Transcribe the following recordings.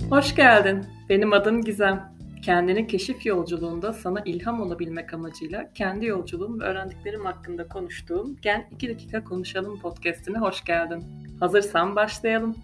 Hoş geldin. Benim adım Gizem. Kendini keşif yolculuğunda sana ilham olabilmek amacıyla kendi yolculuğum ve öğrendiklerim hakkında konuştuğum Gel 2 dakika konuşalım podcast'ine hoş geldin. Hazırsan başlayalım.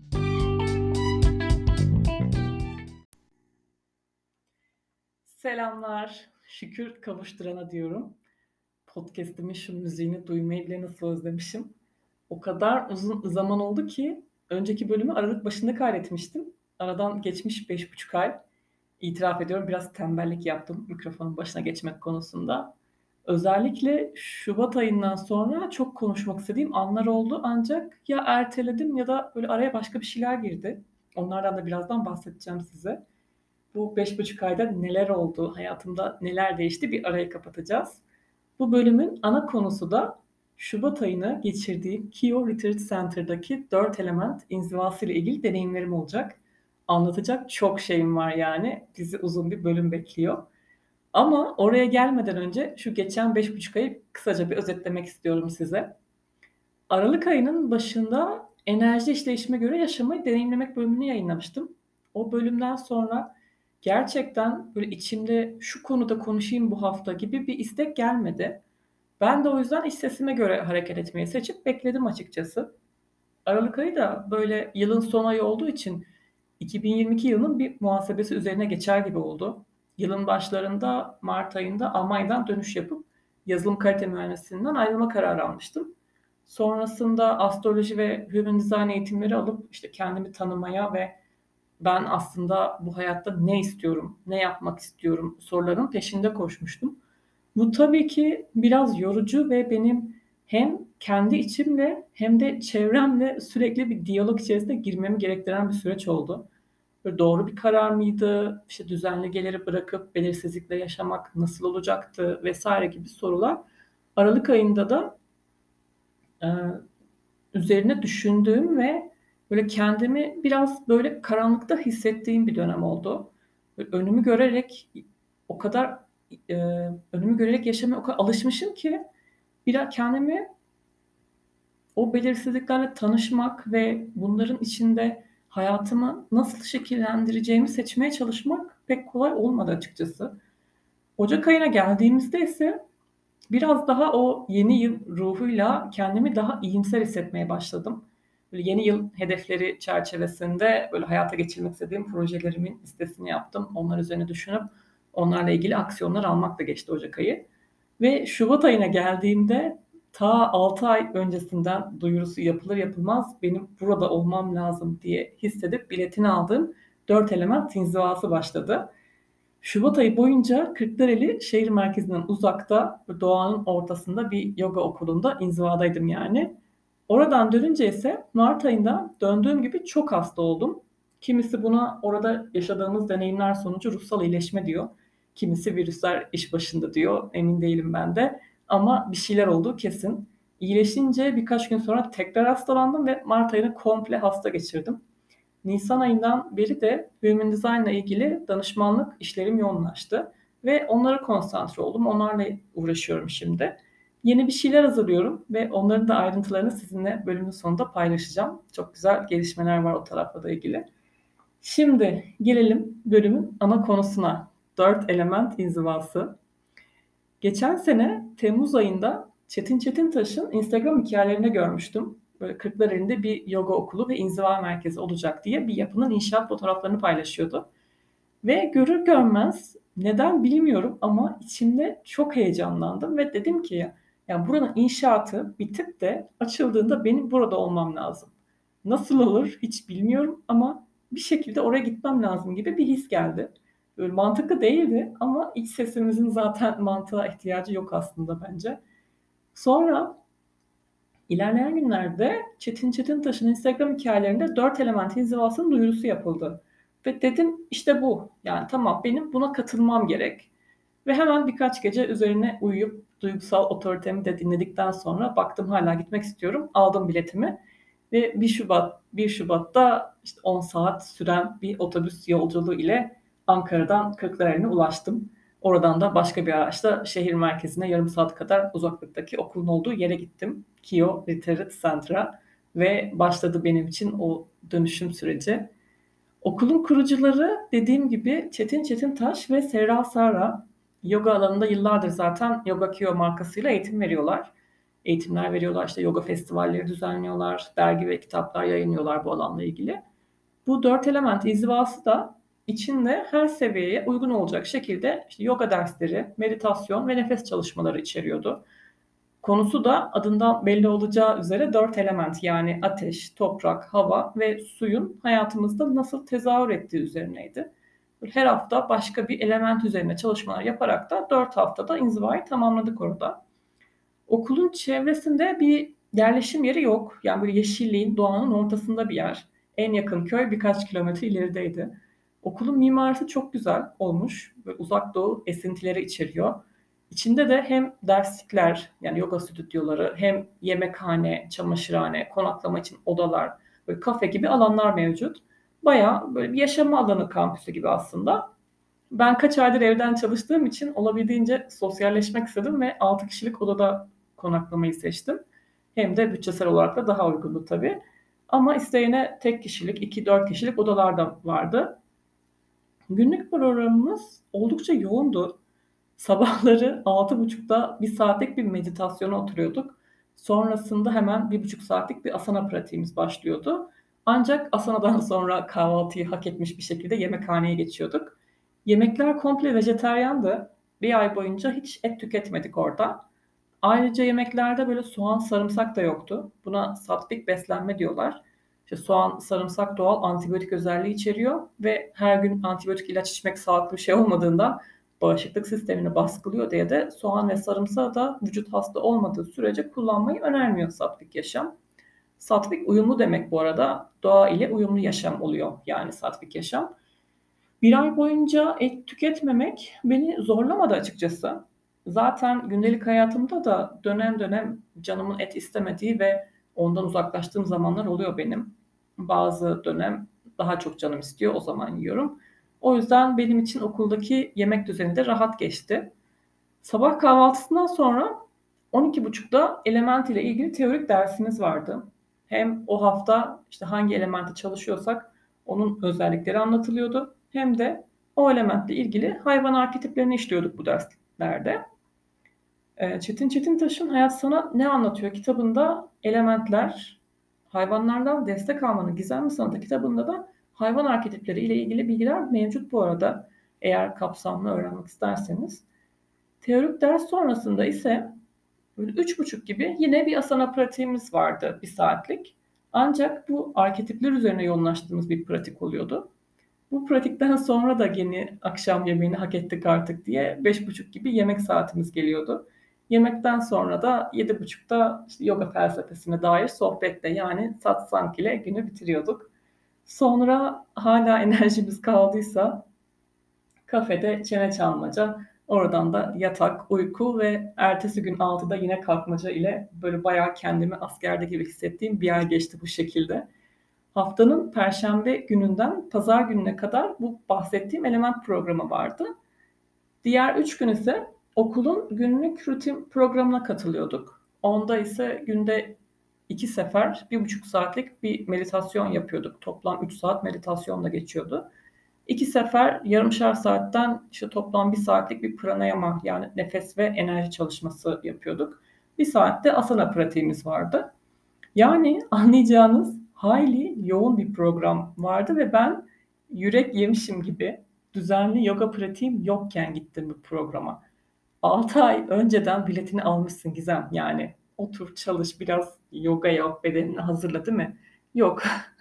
Selamlar. Şükür kavuşturana diyorum. Podcast'imin şu müziğini duymayı bile nasıl özlemişim. O kadar uzun zaman oldu ki önceki bölümü Aralık başında kaydetmiştim. Aradan geçmiş 5,5 ay. İtiraf ediyorum biraz tembellik yaptım mikrofonun başına geçmek konusunda. Özellikle şubat ayından sonra çok konuşmak istediğim anlar oldu ancak ya erteledim ya da böyle araya başka bir şeyler girdi. Onlardan da birazdan bahsedeceğim size. Bu 5,5 ayda neler oldu, hayatımda neler değişti bir arayı kapatacağız. Bu bölümün ana konusu da şubat ayını geçirdiğim Kio Retreat Center'daki 4 element inzivası ile ilgili deneyimlerim olacak. Anlatacak çok şeyim var yani. Bizi uzun bir bölüm bekliyor. Ama oraya gelmeden önce şu geçen 5,5 ayı kısaca bir özetlemek istiyorum size. Aralık ayının başında enerji işleyişime göre yaşamayı deneyimlemek bölümünü yayınlamıştım. O bölümden sonra gerçekten böyle içimde şu konuda konuşayım bu hafta gibi bir istek gelmedi. Ben de o yüzden iç sesime göre hareket etmeyi seçip bekledim açıkçası. Aralık ayı da böyle yılın son ayı olduğu için 2022 yılının bir muhasebesi üzerine geçer gibi oldu. Yılın başlarında Mart ayında Almanya'dan dönüş yapıp yazılım kalite mühendisliğinden ayrılma kararı almıştım. Sonrasında astroloji ve human design eğitimleri alıp işte kendimi tanımaya ve ben aslında bu hayatta ne istiyorum, ne yapmak istiyorum soruların peşinde koşmuştum. Bu tabii ki biraz yorucu ve benim hem kendi içimle hem de çevremle sürekli bir diyalog içerisine girmemi gerektiren bir süreç oldu. Böyle doğru bir karar mıydı? İşte düzenli geliri bırakıp belirsizlikle yaşamak nasıl olacaktı vesaire gibi sorular. Aralık ayında da e, üzerine düşündüğüm ve böyle kendimi biraz böyle karanlıkta hissettiğim bir dönem oldu. Böyle o kadar e, önümü görerek yaşamaya o kadar alışmışım ki biraz kendimi o belirsizliklerle tanışmak ve bunların içinde hayatımı nasıl şekillendireceğimi seçmeye çalışmak pek kolay olmadı açıkçası. Ocak ayına geldiğimizde ise biraz daha o yeni yıl ruhuyla kendimi daha iyimser hissetmeye başladım. Böyle yeni yıl hedefleri çerçevesinde böyle hayata geçirmek istediğim projelerimin listesini yaptım. Onlar üzerine düşünüp onlarla ilgili aksiyonlar almakla geçti Ocak ayı. Ve Şubat ayına geldiğimde ta 6 ay öncesinden duyurusu yapılır yapılmaz benim burada olmam lazım diye hissedip biletini aldığım 4 element inzivası başladı. Şubat ayı boyunca Kırklareli şehir merkezinden uzakta, doğanın ortasında bir yoga okulunda inzivadaydım yani. Oradan dönünce ise Mart ayında döndüğüm gibi çok hasta oldum. Kimisi buna orada yaşadığımız deneyimler sonucu ruhsal iyileşme diyor. Kimisi virüsler iş başında diyor. Emin değilim ben de. Ama bir şeyler olduğu kesin. İyileşince birkaç gün sonra tekrar hastalandım ve Mart ayını komple hasta geçirdim. Nisan ayından beri de Human Design ile ilgili danışmanlık işlerim yoğunlaştı ve onlara konsantre oldum. Onlarla uğraşıyorum şimdi. Yeni bir şeyler hazırlıyorum ve onların da ayrıntılarını sizinle bölümün sonunda paylaşacağım. Çok güzel gelişmeler var o tarafla da ilgili. Şimdi gelelim bölümün ana konusuna. 4 element inzivası. Geçen sene Temmuz ayında Çetin Çetintaş'ın Instagram hikayelerinde görmüştüm. Böyle Kırklareli'nde bir yoga okulu ve inziva merkezi olacak diye bir yapının inşaat fotoğraflarını paylaşıyordu. Ve görür görmez neden bilmiyorum ama içimde çok heyecanlandım ve dedim ki ya buranın inşaatı bitip de açıldığında benim burada olmam lazım. Nasıl olur hiç bilmiyorum ama bir şekilde oraya gitmem lazım gibi bir his geldi. Böyle mantıklı değildi ama iç sesimizin zaten mantığa ihtiyacı yok aslında bence. Sonra ilerleyen günlerde Çetin Çetintaş'ın Instagram hikayelerinde 4 element inzivasının duyurusu yapıldı. Ve dedim işte bu. Yani tamam benim buna katılmam gerek. Ve hemen birkaç gece üzerine uyuyup duygusal otoritemi de dinledikten sonra baktım hala gitmek istiyorum. Aldım biletimi ve 1 Şubat'ta işte 10 saat süren bir otobüs yolculuğu ile Ankara'dan Kırklareli'ne ulaştım. Oradan da başka bir araçla şehir merkezine yarım saat kadar uzaklıktaki okulun olduğu yere gittim. Kio Retreat Center'a ve başladı benim için o dönüşüm süreci. Okulun kurucuları dediğim gibi Çetin Çetintaş ve Serra Sara. Yoga alanında yıllardır zaten Yoga Kyo markasıyla eğitim veriyorlar. Eğitimler veriyorlar, işte yoga festivalleri düzenliyorlar, dergi ve kitaplar yayınlıyorlar bu alanla ilgili. Bu 4 element inzivası da içinde her seviyeye uygun olacak şekilde işte yoga dersleri, meditasyon ve nefes çalışmaları içeriyordu. Konusu da adından belli olacağı üzere 4 element, yani ateş, toprak, hava ve suyun hayatımızda nasıl tezahür ettiği üzerineydi. Her hafta başka bir element üzerine çalışmalar yaparak da 4 haftada inzivayı tamamladık orada. Okulun çevresinde bir yerleşim yeri yok. Yani böyle yeşilliğin, doğanın ortasında bir yer. En yakın köy birkaç kilometre ilerideydi. Okulun mimarisi çok güzel olmuş. Böyle uzak doğu esintileri içeriyor. İçinde de hem derslikler, yani yoga stüdyoları, hem yemekhane, çamaşırhane, konaklama için odalar, böyle kafe gibi alanlar mevcut. Bayağı böyle bir yaşama alanı kampüsü gibi aslında. Ben kaç aydır evden çalıştığım için olabildiğince sosyalleşmek istedim ve 6 kişilik odada konaklamayı seçtim. Hem de bütçesel olarak da daha uygundu tabii. Ama isteyene tek kişilik, 2-4 kişilik odalar da vardı. Günlük programımız oldukça yoğundu. Sabahları 6.30'da bir saatlik bir meditasyona oturuyorduk. Sonrasında hemen 1,5 saatlik bir asana pratiğimiz başlıyordu. Ancak asanadan sonra kahvaltıyı hak etmiş bir şekilde yemekhaneye geçiyorduk. Yemekler komple vejetaryandı. Bir ay boyunca hiç et tüketmedik orada. Ayrıca yemeklerde böyle soğan, sarımsak da yoktu. Buna satvik beslenme diyorlar. İşte soğan, sarımsak doğal antibiyotik özelliği içeriyor ve her gün antibiyotik ilaç içmek sağlıklı bir şey olmadığından bağışıklık sistemini baskılıyor diye de soğan ve sarımsağı da vücut hasta olmadığı sürece kullanmayı önermiyor satvik yaşam. Satvik uyumlu demek bu arada. Doğa ile uyumlu yaşam oluyor yani satvik yaşam. Bir ay boyunca et tüketmemek beni zorlamadı açıkçası. Zaten gündelik hayatımda da dönem dönem canımın et istemediği ve ondan uzaklaştığım zamanlar oluyor benim. Bazı dönem daha çok canım istiyor, o zaman yiyorum. O yüzden benim için okuldaki yemek düzeni de rahat geçti. Sabah kahvaltısından sonra 12.30'da element ile ilgili teorik dersimiz vardı. Hem o hafta işte hangi elemente çalışıyorsak onun özellikleri anlatılıyordu. Hem de o elementle ilgili hayvan arketiplerini işliyorduk bu derslerde. Çetin Çetintaş'ın Hayat Sana Ne Anlatıyor kitabında elementler, hayvanlardan destek almanın gizemli sanatı kitabında da hayvan arketipleri ile ilgili bilgiler mevcut bu arada. Eğer kapsamlı öğrenmek isterseniz. Teorik ders sonrasında ise böyle 3.30 gibi yine bir asana pratiğimiz vardı, bir saatlik. Ancak bu arketipler üzerine yoğunlaştığımız bir pratik oluyordu. Bu pratikten sonra da yeni akşam yemeğini hak ettik artık diye 5.30 gibi yemek saatimiz geliyordu. Yemekten sonra da 7.30'da işte yoga felsefesine dair sohbetle, yani satsang ile günü bitiriyorduk. Sonra hala enerjimiz kaldıysa kafede çene çalmaca, oradan da yatak, uyku ve ertesi gün 6'da yine kalkmaca ile böyle bayağı kendimi askerde gibi hissettiğim bir ay geçti bu şekilde. Haftanın perşembe gününden pazar gününe kadar bu bahsettiğim element programı vardı. Diğer 3 gün ise okulun günlük rutin programına katılıyorduk. Onda ise günde 2 sefer 1,5 saatlik bir meditasyon yapıyorduk. Toplam 3 saat meditasyonla geçiyordu. 2 sefer yarımşar saatten işte toplam 1 saatlik bir pranayama, yani nefes ve enerji çalışması yapıyorduk. 1 saatte asana pratiğimiz vardı. Yani anlayacağınız hayli yoğun bir program vardı ve ben yürek yemişim gibi düzenli yoga pratiğim yokken gittim bu programa. 6 ay önceden biletini almışsın Gizem, yani otur çalış biraz yoga yap, bedenini hazırla, değil mi? Yok.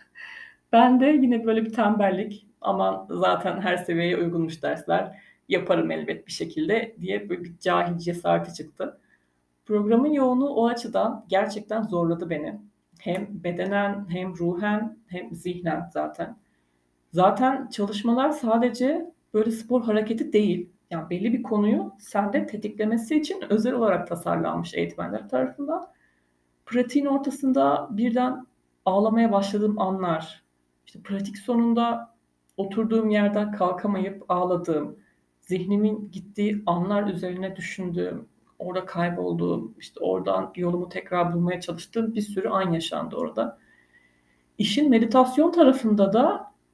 Ben de yine böyle bir tembellik, aman zaten her seviyeye uygunmuş dersler, yaparım elbet bir şekilde diye böyle bir cahil cesareti çıktı. Programın yoğunluğu o açıdan gerçekten zorladı beni. Hem bedenen hem ruhen hem zihnen zaten. Zaten çalışmalar sadece böyle spor hareketi değil. Yani belli bir konuyu sende tetiklemesi için özel olarak tasarlanmış eğitmenler tarafından. Pratiğin ortasında birden ağlamaya başladığım anlar, işte pratik sonunda oturduğum yerden kalkamayıp ağladığım, zihnimin gittiği anlar üzerine düşündüğüm, orada kaybolduğum, işte oradan yolumu tekrar bulmaya çalıştığım bir sürü an yaşandı orada. İşin meditasyon tarafında da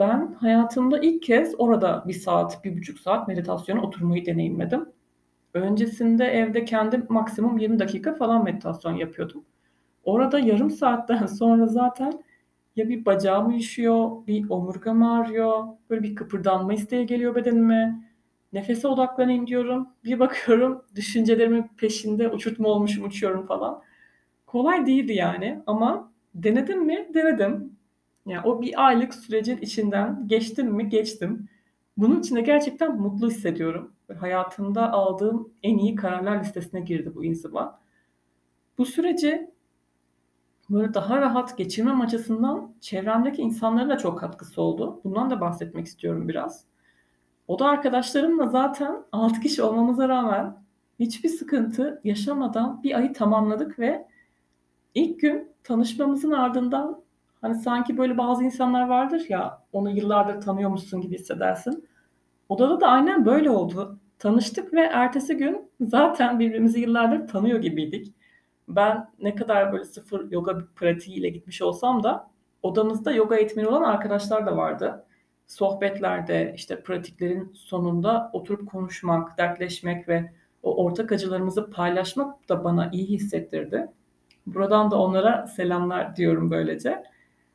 Ben hayatımda ilk kez orada 1 saat, 1,5 saat meditasyona oturmayı deneyimledim. Öncesinde evde kendim maksimum 20 dakika falan meditasyon yapıyordum. Orada yarım saatten sonra zaten ya bir bacağım uyuşuyor, bir omurgam ağrıyor, böyle bir kıpırdanma isteği geliyor bedenime. Nefese odaklanayım diyorum. Bir bakıyorum düşüncelerimin peşinde uçurtma olmuşum, uçuyorum falan. Kolay değildi yani ama denedim mi? Denedim. Yani o 1 aylık sürecin içinden geçtim mi? Geçtim. Bunun için de gerçekten mutlu hissediyorum. Hayatımda aldığım en iyi kararlar listesine girdi bu inziva. Bu süreci böyle daha rahat geçirmem açısından çevremdeki insanların da çok katkısı oldu. Bundan da bahsetmek istiyorum biraz. Oda arkadaşlarımla zaten 6 kişi olmamıza rağmen hiçbir sıkıntı yaşamadan 1 ayı tamamladık ve ilk gün tanışmamızın ardından, hani, sanki böyle bazı insanlar vardır ya, onu yıllardır tanıyormuşsun gibi hissedersin. Odada da aynen böyle oldu. Tanıştık ve ertesi gün zaten birbirimizi yıllardır tanıyor gibiydik. Ben ne kadar böyle sıfır yoga pratiğiyle gitmiş olsam da odamızda yoga eğitmeni olan arkadaşlar da vardı. Sohbetlerde, işte, pratiklerin sonunda oturup konuşmak, dertleşmek ve o ortak acılarımızı paylaşmak da bana iyi hissettirdi. Buradan da onlara selamlar diyorum böylece.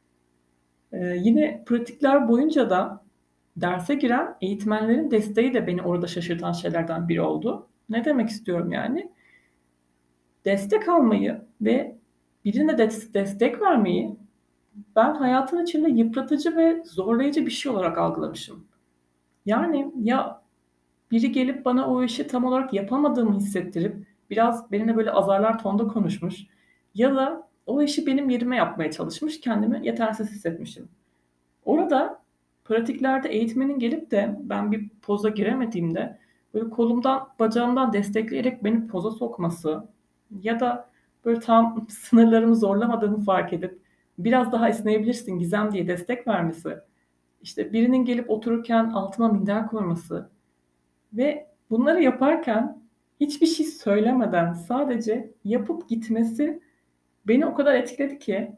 Yine pratikler boyunca da derse giren eğitmenlerin desteği de beni orada şaşırtan şeylerden biri oldu. Ne demek istiyorum yani? Destek almayı ve birine destek vermeyi ben hayatın içinde yıpratıcı ve zorlayıcı bir şey olarak algılamışım. Yani ya biri gelip bana o işi tam olarak yapamadığımı hissettirip biraz benimle böyle azarlar tonda konuşmuş ya da o işi benim yerime yapmaya çalışmış, kendimi yetersiz hissetmişim. Orada pratiklerde eğitmenin gelip de ben bir poza giremediğimde böyle kolumdan, bacağımdan destekleyerek beni poza sokması ya da böyle tam sınırlarımı zorlamadığımı fark edip biraz daha esneyebilirsin Gizem diye destek vermesi, işte birinin gelip otururken altıma minder koyması ve bunları yaparken hiçbir şey söylemeden sadece yapıp gitmesi beni o kadar etkiledi ki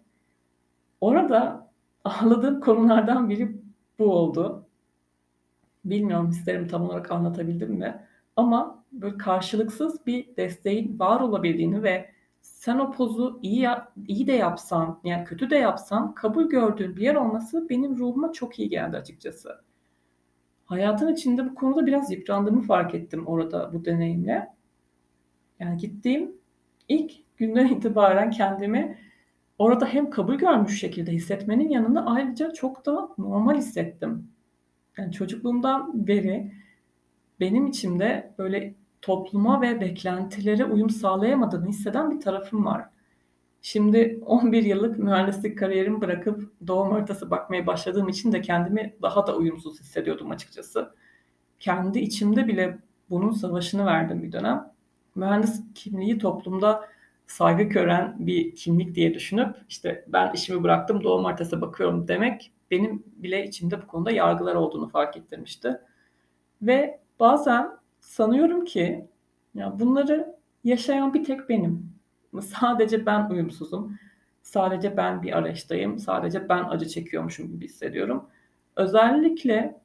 orada ağladığım konulardan biri bu oldu. Bilmiyorum hislerimi tam olarak anlatabildim mi? Ama böyle karşılıksız bir desteğin var olabildiğini ve sen o pozu iyi de yapsan, yani kötü de yapsan kabul gördüğün bir yer olması benim ruhuma çok iyi geldi açıkçası. Hayatın içinde bu konuda biraz yıprandığımı fark ettim orada bu deneyimle. Yani gittiğim ilk günden itibaren kendimi orada hem kabul görmüş şekilde hissetmenin yanında ayrıca çok da normal hissettim. Yani çocukluğumdan beri benim içimde böyle topluma ve beklentilere uyum sağlayamadığımı hisseden bir tarafım var. Şimdi 11 yıllık mühendislik kariyerimi bırakıp doğum haritası bakmaya başladığım için de kendimi daha da uyumsuz hissediyordum açıkçası. Kendi içimde bile bunun savaşını verdim bir dönem. Mühendis kimliği toplumda saygı gören bir kimlik diye düşünüp, işte, ben işimi bıraktım, doğum haritası bakıyorum demek benim bile içimde bu konuda yargılar olduğunu fark ettirmişti. Ve bazen sanıyorum ki ya bunları yaşayan bir tek benim. Sadece ben uyumsuzum. Sadece ben bir arayıştayım. Sadece ben acı çekiyormuşum gibi hissediyorum. Özellikle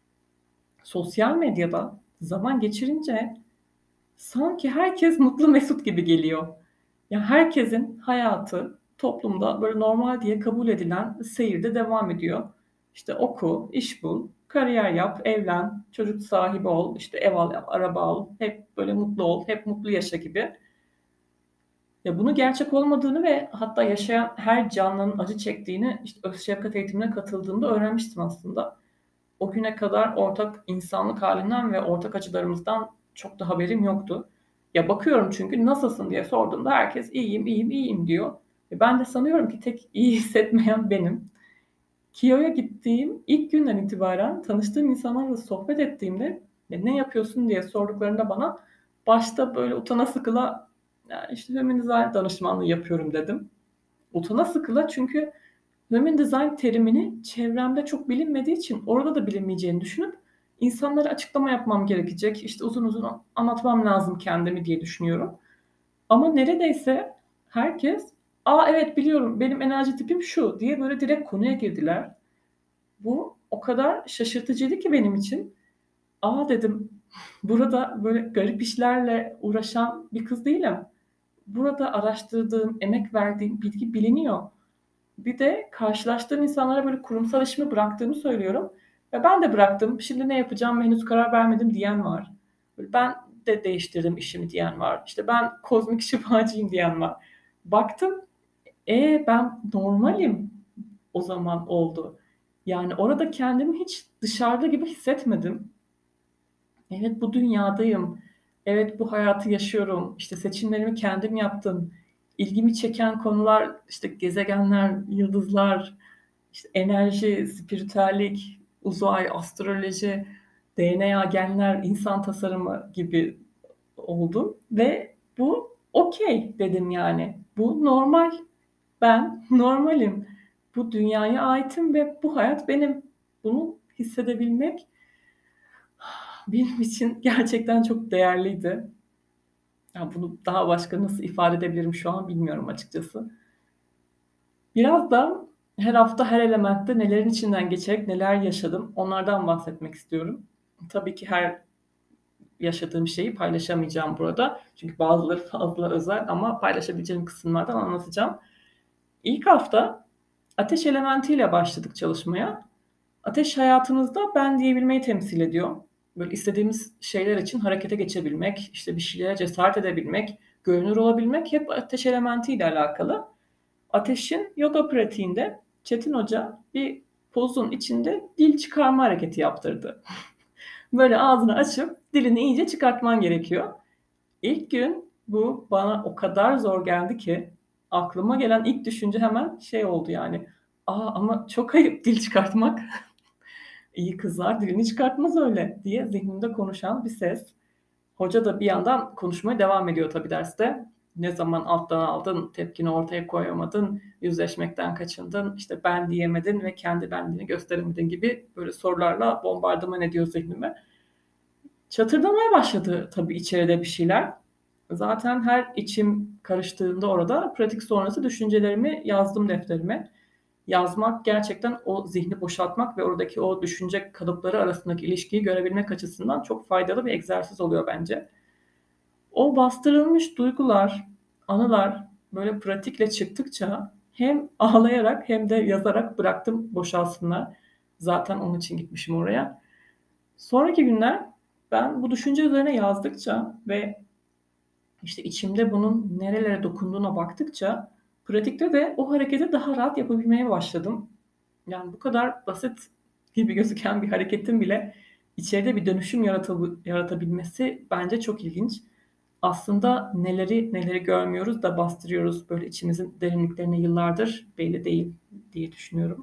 sosyal medyada zaman geçirince sanki herkes mutlu mesut gibi geliyor. Ya herkesin hayatı toplumda böyle normal diye kabul edilen seyirde devam ediyor. İşte oku, iş bul, kariyer yap, evlen, çocuk sahibi ol, işte ev al, araba al, hep böyle mutlu ol, hep mutlu yaşa gibi. Ya bunun gerçek olmadığını ve hatta yaşayan her canlının acı çektiğini işte öz şefkat eğitimine katıldığımda öğrenmiştim aslında. O güne kadar ortak insanlık halinden ve ortak acılarımızdan çok da haberim yoktu. Ya bakıyorum çünkü nasılsın diye sorduğumda herkes iyiyim, iyiyim, iyiyim diyor. Ben de sanıyorum ki tek iyi hissetmeyen benim. Kiyo'ya gittiğim ilk günden itibaren tanıştığım insanlarla sohbet ettiğimde ne yapıyorsun diye sorduklarında bana başta böyle utana sıkıla ya işte Human Design danışmanlığı yapıyorum dedim. Utana sıkıla çünkü Human Design terimini çevremde çok bilinmediği için orada da bilinmeyeceğini düşünüp insanlara açıklama yapmam gerekecek, işte uzun uzun anlatmam lazım kendimi diye düşünüyorum. Ama neredeyse herkes, "A, evet biliyorum, benim enerji tipim şu." diye böyle direkt konuya girdiler. Bu o kadar şaşırtıcıydı ki benim için. "A!" dedim, "Burada böyle garip işlerle uğraşan bir kız değilim. Burada araştırdığım, emek verdiğim bilgi biliniyor." Bir de karşılaştığım insanlara böyle kurumsal işimi bıraktığımı söylüyorum ve "Ben de bıraktım, şimdi ne yapacağıma henüz karar vermedim." diyen var. Böyle "Ben de değiştirdim işimi." diyen var. İşte "Ben kozmik şifacıyım." diyen var. Baktım, ben normalim o zaman oldu. Yani orada kendimi hiç dışarıda gibi hissetmedim. Evet, bu dünyadayım. Evet, bu hayatı yaşıyorum. İşte seçimlerimi kendim yaptım. İlgimi çeken konular, işte gezegenler, yıldızlar, işte enerji, spiritüellik, uzay, astroloji, DNA, genler, insan tasarımı gibi oldum ve bu okay dedim yani. Bu normal. Ben normalim. Bu dünyaya aitim ve bu hayat benim. Bunu hissedebilmek benim için gerçekten çok değerliydi. Ya, bunu daha başka nasıl ifade edebilirim şu an bilmiyorum açıkçası. Biraz da her hafta her elementte nelerin içinden geçerek neler yaşadım, onlardan bahsetmek istiyorum. Tabii ki her yaşadığım şeyi paylaşamayacağım burada. Çünkü bazıları fazla özel ama paylaşabileceğim kısımlardan anlatacağım. İlk hafta ateş elementiyle başladık çalışmaya. Ateş hayatımızda ben diyebilmeyi temsil ediyor. Böyle istediğimiz şeyler için harekete geçebilmek, işte bir şeylere cesaret edebilmek, görünür olabilmek hep ateş elementiyle alakalı. Ateş'in yoga pratiğinde Çetin Hoca bir pozun içinde dil çıkarma hareketi yaptırdı. Böyle ağzını açıp dilini iyice çıkartman gerekiyor. İlk gün bu bana o kadar zor geldi ki aklıma gelen ilk düşünce hemen şey oldu yani. Ama çok ayıp dil çıkartmak. İyi kızlar dilini çıkartmaz öyle diye zihnimde konuşan bir ses. Hoca da bir yandan konuşmaya devam ediyor tabii derste. Ne zaman alttan aldın, tepkini ortaya koyamadın, yüzleşmekten kaçındın, işte ben diyemedin ve kendi benliğini gösteremedin gibi böyle sorularla bombardıman ediyor zihnimi. Çatırdamaya başladı tabii içeride bir şeyler. Zaten her içim karıştığında orada pratik sonrası düşüncelerimi yazdım defterime. Yazmak gerçekten o zihni boşaltmak ve oradaki o düşünce kalıpları arasındaki ilişkiyi görebilmek açısından çok faydalı bir egzersiz oluyor bence. O bastırılmış duygular, anılar böyle pratikle çıktıkça hem ağlayarak hem de yazarak bıraktım boşalsınlar. Zaten onun için gitmişim oraya. Sonraki günler ben bu düşünce üzerine yazdıkça ve işte içimde bunun nerelere dokunduğuna baktıkça pratikte de o hareketi daha rahat yapabilmeye başladım. Yani bu kadar basit gibi gözüken bir hareketin bile içeride bir dönüşüm yaratabilmesi bence çok ilginç. Aslında neleri görmüyoruz da bastırıyoruz böyle içimizin derinliklerine yıllardır belli değil diye düşünüyorum.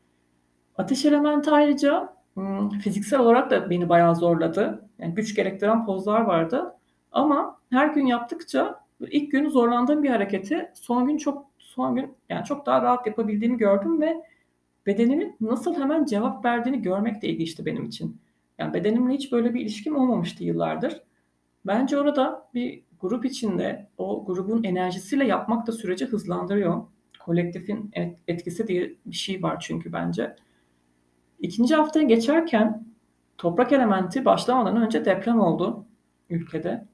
Ateş elementi ayrıca fiziksel olarak da beni bayağı zorladı. Yani güç gerektiren pozlar vardı. Ama her gün yaptıkça ilk gün zorlandığım bir hareketi son gün yani çok daha rahat yapabildiğimi gördüm ve bedenimin nasıl hemen cevap verdiğini görmek de ilginçti benim için. Yani bedenimle hiç böyle bir ilişkim olmamıştı yıllardır. Bence orada bir grup içinde o grubun enerjisiyle yapmak da süreci hızlandırıyor. Kolektifin etkisi diye bir şey var çünkü bence. İkinci haftaya geçerken toprak elementi başlamadan önce deprem oldu ülkede.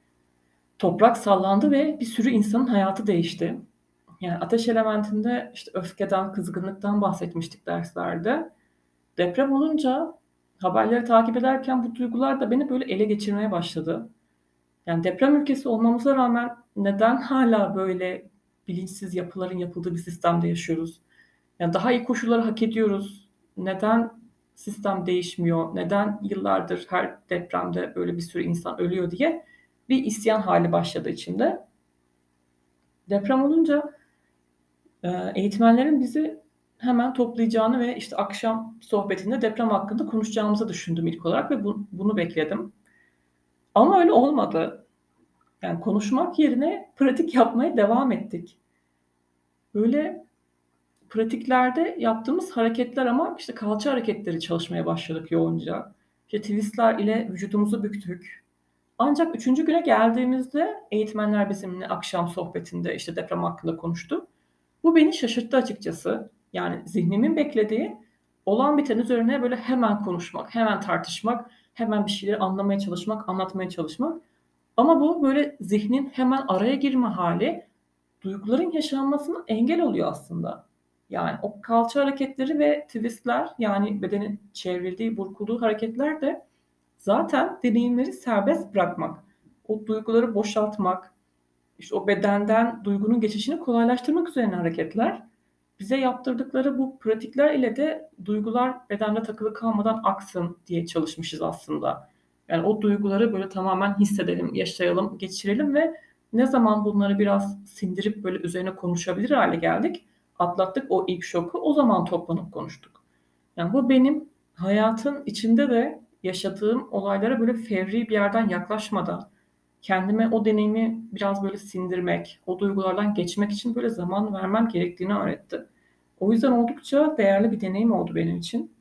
Toprak sallandı ve bir sürü insanın hayatı değişti. Yani ateş elementinde işte öfkeden, kızgınlıktan bahsetmiştik derslerde. Deprem olunca haberleri takip ederken bu duygular da beni böyle ele geçirmeye başladı. Yani deprem ülkesi olmamıza rağmen neden hala böyle bilinçsiz yapıların yapıldığı bir sistemde yaşıyoruz? Yani daha iyi koşulları hak ediyoruz. Neden sistem değişmiyor? Neden yıllardır her depremde böyle bir sürü insan ölüyor diye bir isyan hali başladı içimde. Deprem olunca eğitmenlerin bizi hemen toplayacağını ve işte akşam sohbetinde deprem hakkında konuşacağımızı düşündüm ilk olarak ve bunu bekledim. Ama öyle olmadı. Yani konuşmak yerine pratik yapmaya devam ettik. Böyle pratiklerde yaptığımız hareketler ama işte kalça hareketleri çalışmaya başladık yoğunca. İşte twist'ler ile vücudumuzu büktük. Ancak üçüncü güne geldiğimizde eğitmenler bizimle akşam sohbetinde işte deprem hakkında konuştu. Bu beni şaşırttı açıkçası. Yani zihnimin beklediği Olan biten üzerine böyle hemen konuşmak, hemen tartışmak, hemen bir şeyleri anlamaya çalışmak, anlatmaya çalışmak. Ama bu böyle zihnin hemen araya girme hali duyguların yaşanmasına engel oluyor aslında. Yani o kalça hareketleri ve twist'ler, yani bedenin çevrildiği, burkulduğu hareketler de zaten deneyimleri serbest bırakmak, o duyguları boşaltmak, işte o bedenden duygunun geçişini kolaylaştırmak üzerine hareketler. Bize yaptırdıkları bu pratikler ile de duygular bedende takılı kalmadan aksın diye çalışmışız aslında. Yani o duyguları böyle tamamen hissedelim, yaşayalım, geçirelim ve ne zaman bunları biraz sindirip böyle üzerine konuşabilir hale geldik, atlattık o ilk şoku, o zaman toplanıp konuştuk. Yani bu benim hayatın içinde de yaşadığım olaylara böyle fevri bir yerden yaklaşmadan, kendime o deneyimi biraz böyle sindirmek, o duygulardan geçmek için böyle zaman vermem gerektiğini öğretti. O yüzden oldukça değerli bir deneyim oldu benim için.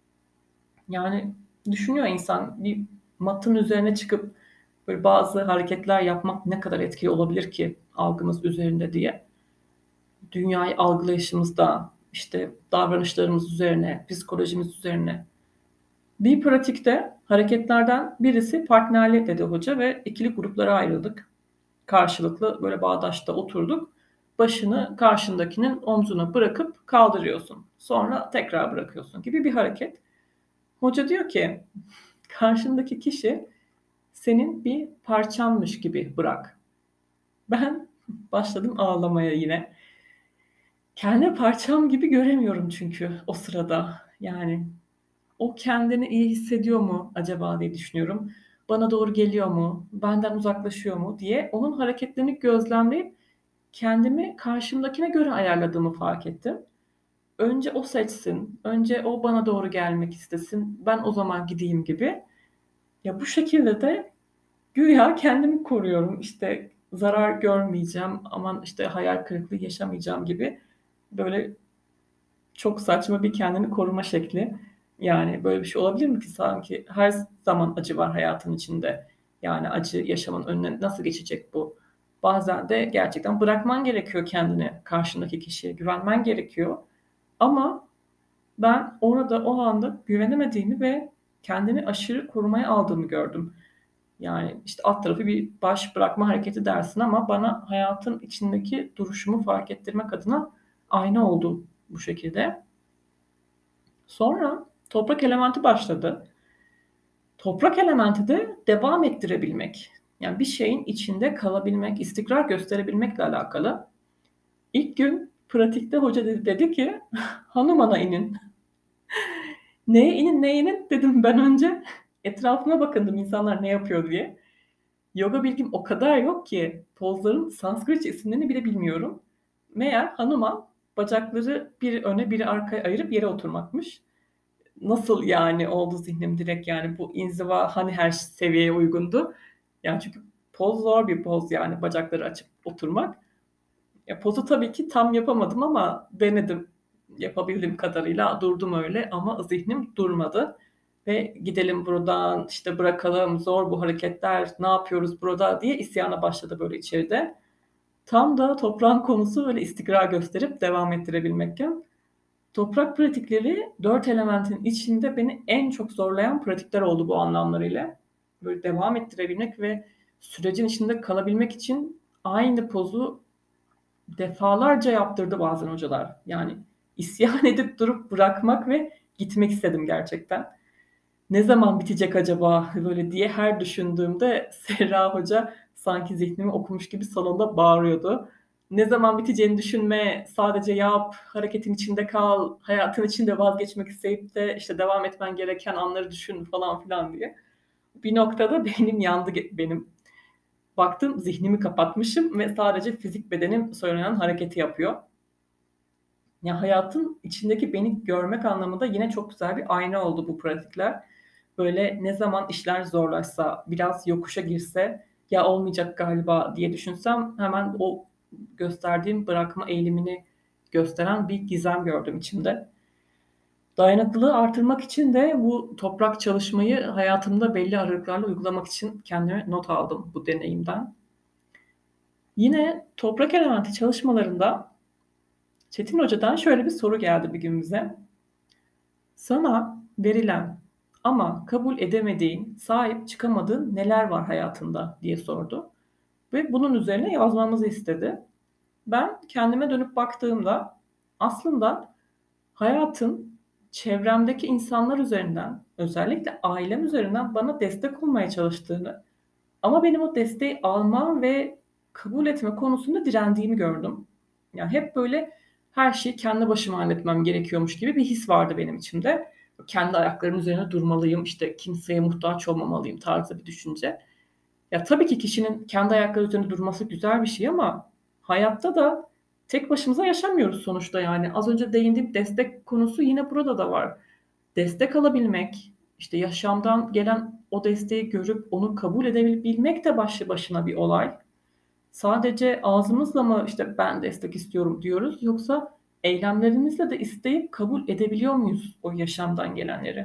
Yani düşünüyor insan, bir matın üzerine çıkıp böyle bazı hareketler yapmak ne kadar etkili olabilir ki algımız üzerinde diye. Dünyayı algılayışımızda, işte davranışlarımız üzerine, psikolojimiz üzerine. Bir pratikte hareketlerden birisi partnerli dedi hoca ve ikili gruplara ayrıldık. Karşılıklı böyle bağdaşta oturduk. Başını karşındakinin omzuna bırakıp kaldırıyorsun. Sonra tekrar bırakıyorsun gibi bir hareket. Hoca diyor ki karşındaki kişi senin bir parçanmış gibi bırak. Ben başladım ağlamaya yine. Kendi parçam gibi göremiyorum çünkü o sırada. Yani o kendini iyi hissediyor mu acaba diye düşünüyorum. Bana doğru geliyor mu? Benden uzaklaşıyor mu diye onun hareketlerini gözlemleyip kendimi karşımdakine göre ayarladığımı fark ettim. Önce o seçsin, önce o bana doğru gelmek istesin, ben o zaman gideyim gibi. Ya bu şekilde de güya kendimi koruyorum. İşte zarar görmeyeceğim, aman işte hayal kırıklığı yaşamayacağım gibi böyle çok saçma bir kendini koruma şekli. Yani böyle bir şey olabilir mi ki, sanki her zaman acı var hayatın içinde. Yani acı yaşamanın önüne nasıl geçecek bu? Bazen de gerçekten bırakman gerekiyor kendini, karşındaki kişiye güvenmen gerekiyor. Ama ben orada o anda güvenemediğimi ve kendini aşırı korumaya aldığımı gördüm. Yani işte alt tarafı bir baş bırakma hareketi dersin ama bana hayatın içindeki duruşumu fark ettirmek adına ayna oldu bu şekilde. Sonra toprak elementi başladı. Toprak elementi de devam ettirebilmek. Yani bir şeyin içinde kalabilmek, istikrar gösterebilmekle alakalı. İlk gün pratikte hoca dedi ki Hanuman'a inin. Neye inin, neye inin dedim ben önce. Etrafıma bakındım insanlar ne yapıyor diye. Yoga bilgim o kadar yok ki pozların Sanskritçe isimlerini bile bilmiyorum. Meğer Hanuman bacakları biri öne biri arkaya ayırıp yere oturmakmış. Nasıl yani oldu zihnim direkt, yani bu inziva hani her seviyeye uygundu. Yani çünkü poz zor bir poz, yani bacakları açıp oturmak. Ya pozu tabii ki tam yapamadım ama denedim. Yapabildiğim kadarıyla durdum öyle ama zihnim durmadı. Ve gidelim buradan, işte bırakalım, zor bu hareketler, ne yapıyoruz burada diye isyana başladı böyle içeride. Tam da toprağın konusu böyle istikrar gösterip devam ettirebilmekken. Toprak pratikleri 4 elementin içinde beni en çok zorlayan pratikler oldu bu anlamlarıyla. Böyle devam ettirebilmek ve sürecin içinde kalabilmek için aynı pozu defalarca yaptırdı bazen hocalar. Yani isyan edip durup bırakmak ve gitmek istedim gerçekten. Ne zaman bitecek acaba böyle diye her düşündüğümde Serra Hoca sanki zihnimi okumuş gibi salonda bağırıyordu. Ne zaman biteceğini düşünme, sadece yap, hareketin içinde kal, hayatın içinde vazgeçmek isteyip de işte devam etmen gereken anları düşün falan filan diye. Bir noktada beynim yandı benim. Baktım zihnimi kapatmışım ve sadece fizik bedenim söylenen hareketi yapıyor. Ya hayatın içindeki beni görmek anlamında yine çok güzel bir ayna oldu bu pratikler. Böyle ne zaman işler zorlaşsa, biraz yokuşa girse, ya olmayacak galiba diye düşünsem hemen o gösterdiğim bırakma eğilimini gösteren bir gizem gördüm içimde. Dayanıklılığı artırmak için de bu toprak çalışmayı hayatımda belli aralıklarla uygulamak için kendime not aldım bu deneyimden. Yine toprak elementi çalışmalarında Çetin Hoca'dan şöyle bir soru geldi bir gün bize. Sana verilen ama kabul edemediğin, sahip çıkamadığın neler var hayatında diye sordu ve bunun üzerine yazmamızı istedi. Ben kendime dönüp baktığımda aslında hayatın çevremdeki insanlar üzerinden, özellikle ailem üzerinden bana destek olmaya çalıştığını ama benim o desteği alma ve kabul etme konusunda direndiğimi gördüm. Yani hep böyle her şeyi kendi başıma halletmem gerekiyormuş gibi bir his vardı benim içimde. Kendi ayaklarımın üzerine durmalıyım, işte kimseye muhtaç olmamalıyım tarzı bir düşünce. Ya tabii ki kişinin kendi ayakları üzerinde durması güzel bir şey ama hayatta da tek başımıza yaşamıyoruz sonuçta yani. Az önce değindiğim destek konusu yine burada da var. Destek alabilmek, işte yaşamdan gelen o desteği görüp onu kabul edebilmek de başlı başına bir olay. Sadece ağzımızla mı işte ben destek istiyorum diyoruz yoksa eylemlerimizle de isteyip kabul edebiliyor muyuz o yaşamdan gelenleri?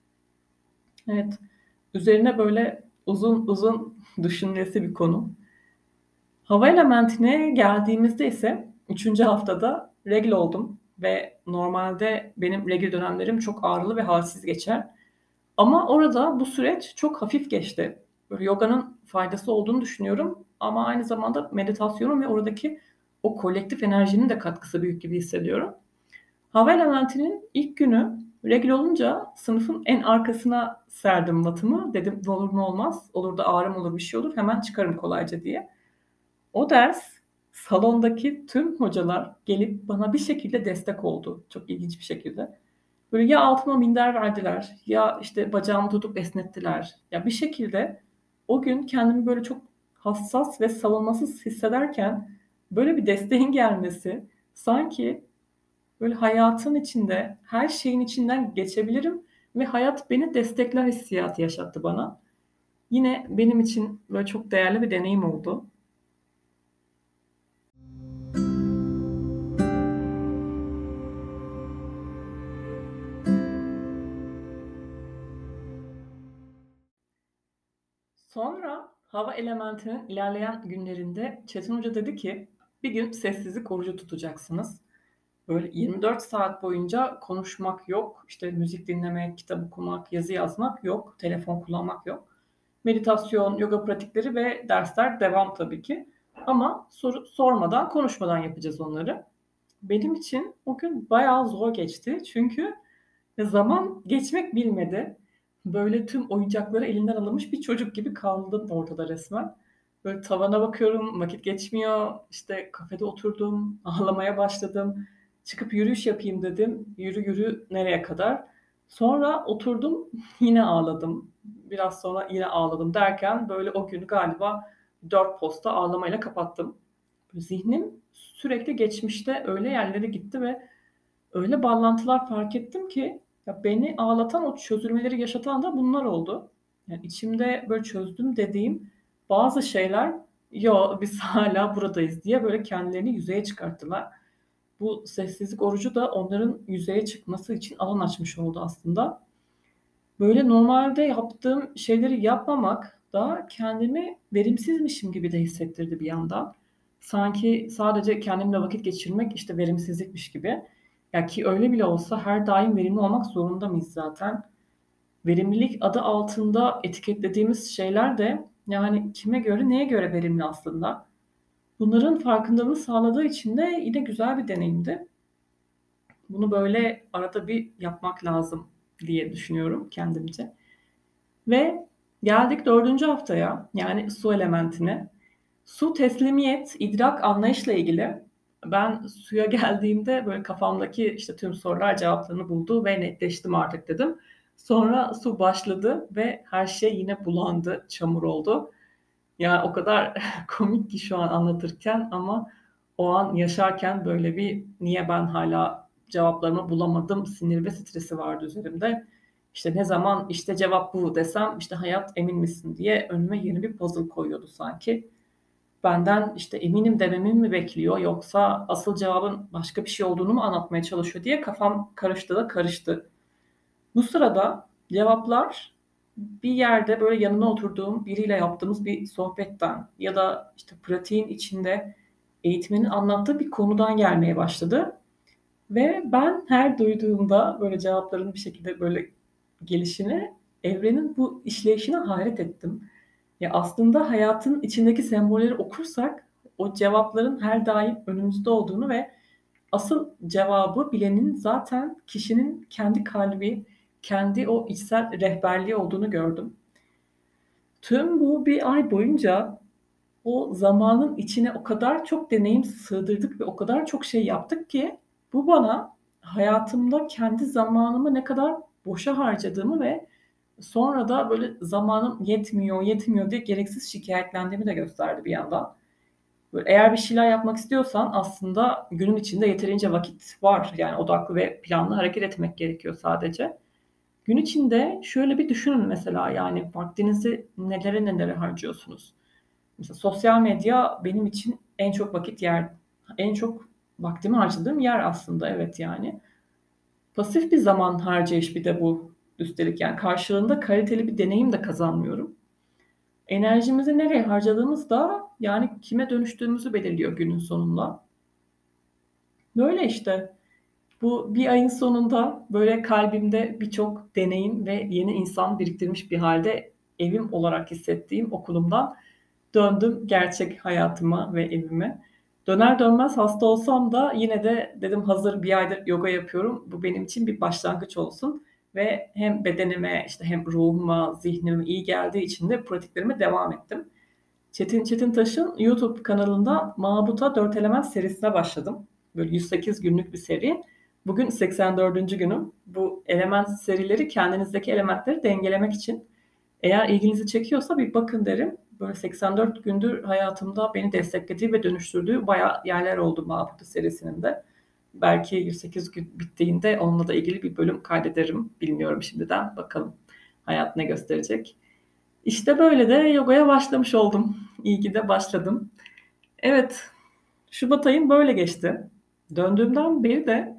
Evet, üzerine böyle uzun uzun düşünülesi bir konu. Hava elementine geldiğimizde ise üçüncü haftada regl oldum ve normalde benim regl dönemlerim çok ağrılı ve halsiz geçer. Ama orada bu süreç çok hafif geçti. Böyle yoganın faydası olduğunu düşünüyorum ama aynı zamanda meditasyonun ve oradaki o kolektif enerjinin de katkısı büyük gibi hissediyorum. Hava elementinin ilk günü regl olunca sınıfın en arkasına serdim matımı. Dedim ne olur ne olmaz. Olur da ağrım olur bir şey olur hemen çıkarım kolayca diye. O ders salondaki tüm hocalar gelip bana bir şekilde destek oldu. Çok ilginç bir şekilde. Böyle ya altıma minder verdiler ya işte bacağımı tutup esnettiler. Ya bir şekilde o gün kendimi böyle çok hassas ve savunmasız hissederken böyle bir desteğin gelmesi sanki böyle hayatın içinde her şeyin içinden geçebilirim ve hayat beni destekler hissiyatı yaşattı bana. Yine benim için böyle çok değerli bir deneyim oldu. Sonra hava elementinin ilerleyen günlerinde Çetin Hoca dedi ki bir gün sessizlik orucu tutacaksınız. Böyle 24 saat boyunca konuşmak yok, işte müzik dinlemek, kitap okumak, yazı yazmak yok, telefon kullanmak yok. Meditasyon, yoga pratikleri ve dersler devam tabii ki. Ama soru sormadan, konuşmadan yapacağız onları. Benim için o gün bayağı zor geçti. Çünkü zaman geçmek bilmedi. Böyle tüm oyuncakları elinden alınmış bir çocuk gibi kaldım ortada resmen. Böyle tavana bakıyorum, vakit geçmiyor. İşte kafede oturdum, ağlamaya başladım. Çıkıp yürüyüş yapayım dedim. Yürü yürü nereye kadar? Sonra oturdum, yine ağladım. Biraz sonra yine ağladım derken böyle o günü galiba 4 posta ağlamayla kapattım. Zihnim sürekli geçmişte öyle yerlere gitti ve öyle bağlantılar fark ettim ki ya beni ağlatan, o çözülmeleri yaşatan da bunlar oldu. Yani içimde böyle çözdüm dediğim bazı şeyler, "Yo, biz hâlâ buradayız." diye böyle kendilerini yüzeye çıkarttılar. Bu sessizlik orucu da onların yüzeye çıkması için alan açmış oldu aslında. Böyle normalde yaptığım şeyleri yapmamak da kendimi verimsizmişim gibi de hissettirdi bir yandan. Sanki sadece kendimle vakit geçirmek, işte, verimsizlikmiş gibi. Ya, ki öyle bile olsa her daim verimli olmak zorunda mıyız zaten? Verimlilik adı altında etiketlediğimiz şeyler de, yani, kime göre, neye göre verimli aslında? Bunların farkındalığını sağladığı için de yine güzel bir deneyimdi. Bunu böyle arada bir yapmak lazım diye düşünüyorum kendimce. Ve geldik dördüncü haftaya, yani su elementine. Su, teslimiyet, idrak, anlayışla ilgili. Ben suya geldiğimde böyle kafamdaki işte tüm sorular cevaplarını buldu ve netleştim artık dedim. Sonra su başladı ve her şey yine bulandı, çamur oldu. Ya o kadar komik ki şu an anlatırken ama o an yaşarken böyle bir niye ben hala cevaplarımı bulamadım sinir ve stresi vardı üzerimde. İşte ne zaman işte cevap bu desem işte hayat emin misin diye önüme yeni bir puzzle koyuyordu sanki. Benden işte eminim dememi mi bekliyor yoksa asıl cevabın başka bir şey olduğunu mu anlatmaya çalışıyor diye kafam karıştı da karıştı. Bu sırada cevaplar bir yerde böyle yanına oturduğum biriyle yaptığımız bir sohbetten ya da işte pratiğin içinde eğitmenin anlattığı bir konudan gelmeye başladı Ve ben her duyduğumda böyle cevapların bir şekilde böyle gelişine, evrenin bu işleyişine hayret ettim. Ya aslında hayatın içindeki sembolleri okursak o cevapların her daim önümüzde olduğunu ve asıl cevabı bilenin zaten kişinin kendi kalbi, kendi o içsel rehberliği olduğunu gördüm. Tüm bu bir ay boyunca o zamanın içine o kadar çok deneyim sığdırdık ve o kadar çok şey yaptık ki bu bana hayatımda kendi zamanımı ne kadar boşa harcadığımı ve sonra da böyle zamanım yetmiyor, yetmiyor diye gereksiz şikayetlendiğimi de gösterdi bir yandan. Böyle eğer bir şeyler yapmak istiyorsan aslında günün içinde yeterince vakit var. Yani odaklı ve planlı hareket etmek gerekiyor sadece. Gün içinde şöyle bir düşünün mesela yani vaktinizi nelere harcıyorsunuz? Mesela sosyal medya benim için en çok vakit yer, en çok vaktimi harcadığım yer aslında evet yani. Pasif bir zaman harcayış bir de bu üstelik yani karşılığında kaliteli bir deneyim de kazanmıyorum. Enerjimizi nereye harcadığımız da yani kime dönüştüğümüzü belirliyor günün sonunda. Böyle işte. Bu bir ayın sonunda böyle kalbimde birçok deneyim ve yeni insan biriktirmiş bir halde evim olarak hissettiğim okulumdan döndüm gerçek hayatıma ve evime. Döner dönmez hasta olsam da yine de dedim hazır bir aydır yoga yapıyorum. Bu benim için bir başlangıç olsun ve hem bedenime işte hem ruhuma, zihnime iyi geldiği için de pratiklerime devam ettim. Çetin Çetintaş'ın YouTube kanalında Mağbuta 4 Element serisine başladım. Böyle 108 günlük bir seri. Bugün 84. günüm. Bu element serileri kendinizdeki elementleri dengelemek için. Eğer ilginizi çekiyorsa bir bakın derim. Böyle 84 gündür hayatımda beni desteklediği ve dönüştürdüğü bayağı yerler oldu Mağbuta serisinin de. Belki 108 gün bittiğinde onunla da ilgili bir bölüm kaydederim. Bilmiyorum şimdiden. Bakalım hayat ne gösterecek. İşte böyle de yogaya başlamış oldum. İyi ki de başladım. Evet, Şubat ayım böyle geçti. Döndüğümden beri de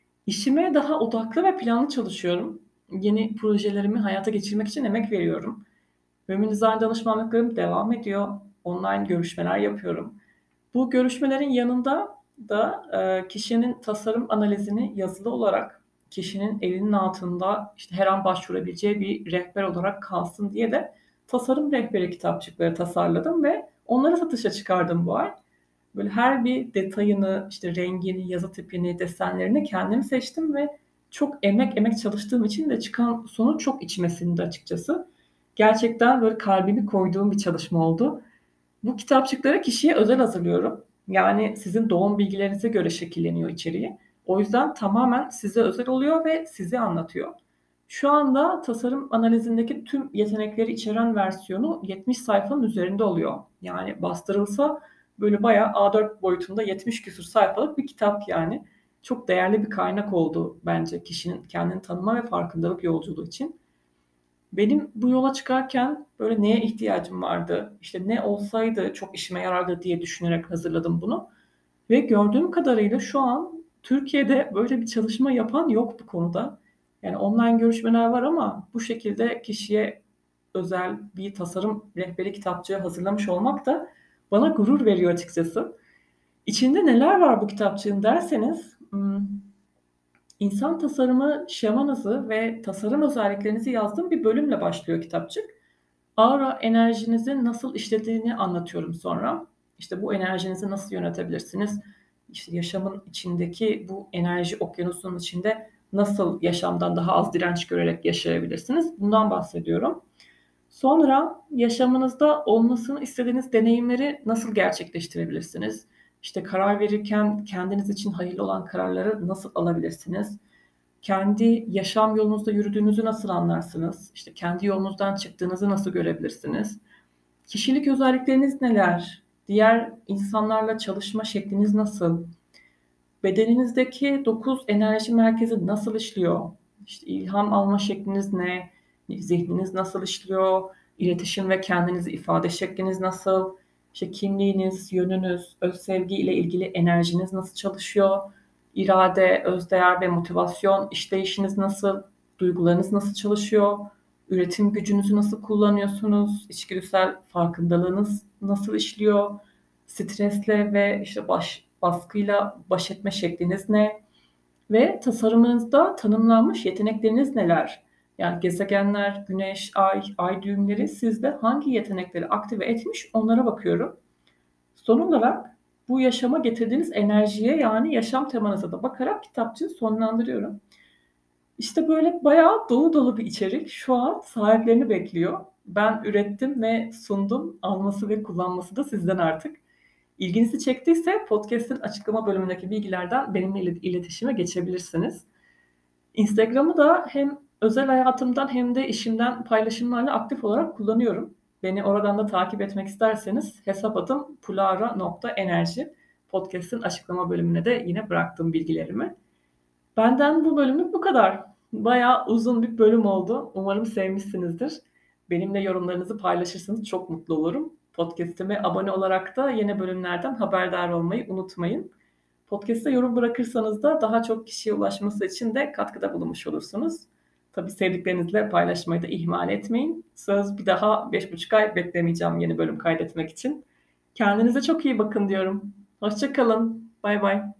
işime daha odaklı ve planlı çalışıyorum. Yeni projelerimi hayata geçirmek için emek veriyorum. Women Design danışmanlıklarım devam ediyor. Online görüşmeler yapıyorum. Bu görüşmelerin yanında da kişinin tasarım analizini yazılı olarak kişinin elinin altında işte her an başvurabileceği bir rehber olarak kalsın diye de tasarım rehberi kitapçıkları tasarladım ve onları satışa çıkardım bu ay. Böyle her bir detayını, işte rengini, yazı tipini, desenlerini kendim seçtim ve çok emek çalıştığım için de çıkan sonuç çok içime sindi açıkçası. Gerçekten böyle kalbimi koyduğum bir çalışma oldu. Bu kitapçıkları kişiye özel hazırlıyorum. Yani sizin doğum bilgilerinize göre şekilleniyor içeriği. O yüzden tamamen size özel oluyor ve sizi anlatıyor. Şu anda tasarım analizindeki tüm yetenekleri içeren versiyonu 70 sayfanın üzerinde oluyor. Yani bastırılsa böyle bayağı A4 boyutunda 70 küsur sayfalık bir kitap yani. Çok değerli bir kaynak oldu bence kişinin kendini tanıma ve farkındalık yolculuğu için. Benim bu yola çıkarken böyle neye ihtiyacım vardı, işte ne olsaydı çok işime yarardı diye düşünerek hazırladım bunu. Ve gördüğüm kadarıyla şu an Türkiye'de böyle bir çalışma yapan yok bu konuda. Yani online görüşmeler var ama bu şekilde kişiye özel bir tasarım rehberi kitapçığı hazırlamış olmak da bana gurur veriyor açıkçası. İçinde neler var bu kitapçığın derseniz, İnsan tasarımı şemanızı ve tasarım özelliklerinizi yazdığım bir bölümle başlıyor kitapçık. Aura enerjinizin nasıl işlediğini anlatıyorum sonra. İşte bu enerjinizi nasıl yönetebilirsiniz? İşte yaşamın içindeki bu enerji okyanusunun içinde nasıl yaşamdan daha az direnç görerek yaşayabilirsiniz? Bundan bahsediyorum. Sonra yaşamınızda olmasını istediğiniz deneyimleri nasıl gerçekleştirebilirsiniz? İşte karar verirken kendiniz için hayırlı olan kararları nasıl alabilirsiniz? Kendi yaşam yolunuzda yürüdüğünüzü nasıl anlarsınız? İşte kendi yolunuzdan çıktığınızı nasıl görebilirsiniz? Kişilik özellikleriniz neler? Diğer insanlarla çalışma şekliniz nasıl? Bedeninizdeki 9 enerji merkezi nasıl işliyor? İşte ilham alma şekliniz ne? Zihniniz nasıl işliyor? İletişim ve kendinizi ifade şekliniz nasıl? İşte kimliğiniz, yönünüz, öz sevgi ile ilgili enerjiniz nasıl çalışıyor? İrade, özdeğer ve motivasyon işleyişiniz nasıl? Duygularınız nasıl çalışıyor? Üretim gücünüzü nasıl kullanıyorsunuz? İçgüdüsel farkındalığınız nasıl işliyor? Stresle ve işte baskıyla baş etme şekliniz ne? Ve tasarımınızda tanımlanmış yetenekleriniz neler? Yani gezegenler, güneş, ay düğümleri sizde hangi yetenekleri aktive etmiş onlara bakıyorum. Son olarak bu yaşama getirdiğiniz enerjiye yani yaşam temanıza da bakarak kitapçığı sonlandırıyorum. İşte böyle bayağı dolu dolu bir içerik. Şu an sahiplerini bekliyor. Ben ürettim ve sundum. Alması ve kullanması da sizden artık. İlginizi çektiyse podcast'in açıklama bölümündeki bilgilerden benimle iletişime geçebilirsiniz. Instagram'ı da hem özel hayatımdan hem de işimden paylaşımlarla aktif olarak kullanıyorum. Beni oradan da takip etmek isterseniz hesap adım pulara.enerji. Podcast'in açıklama bölümüne de yine bıraktığım bilgilerimi. Benden bu bölümlük bu kadar. Bayağı uzun bir bölüm oldu. Umarım sevmişsinizdir. Benimle yorumlarınızı paylaşırsanız çok mutlu olurum. Podcast'ime abone olarak da yeni bölümlerden haberdar olmayı unutmayın. Podcast'te yorum bırakırsanız da daha çok kişiye ulaşması için de katkıda bulunmuş olursunuz. Tabii sevdiklerinizle paylaşmayı da ihmal etmeyin. Söz bir daha 5,5 ay beklemeyeceğim yeni bölüm kaydetmek için. Kendinize çok iyi bakın diyorum. Hoşça kalın. Bay bay.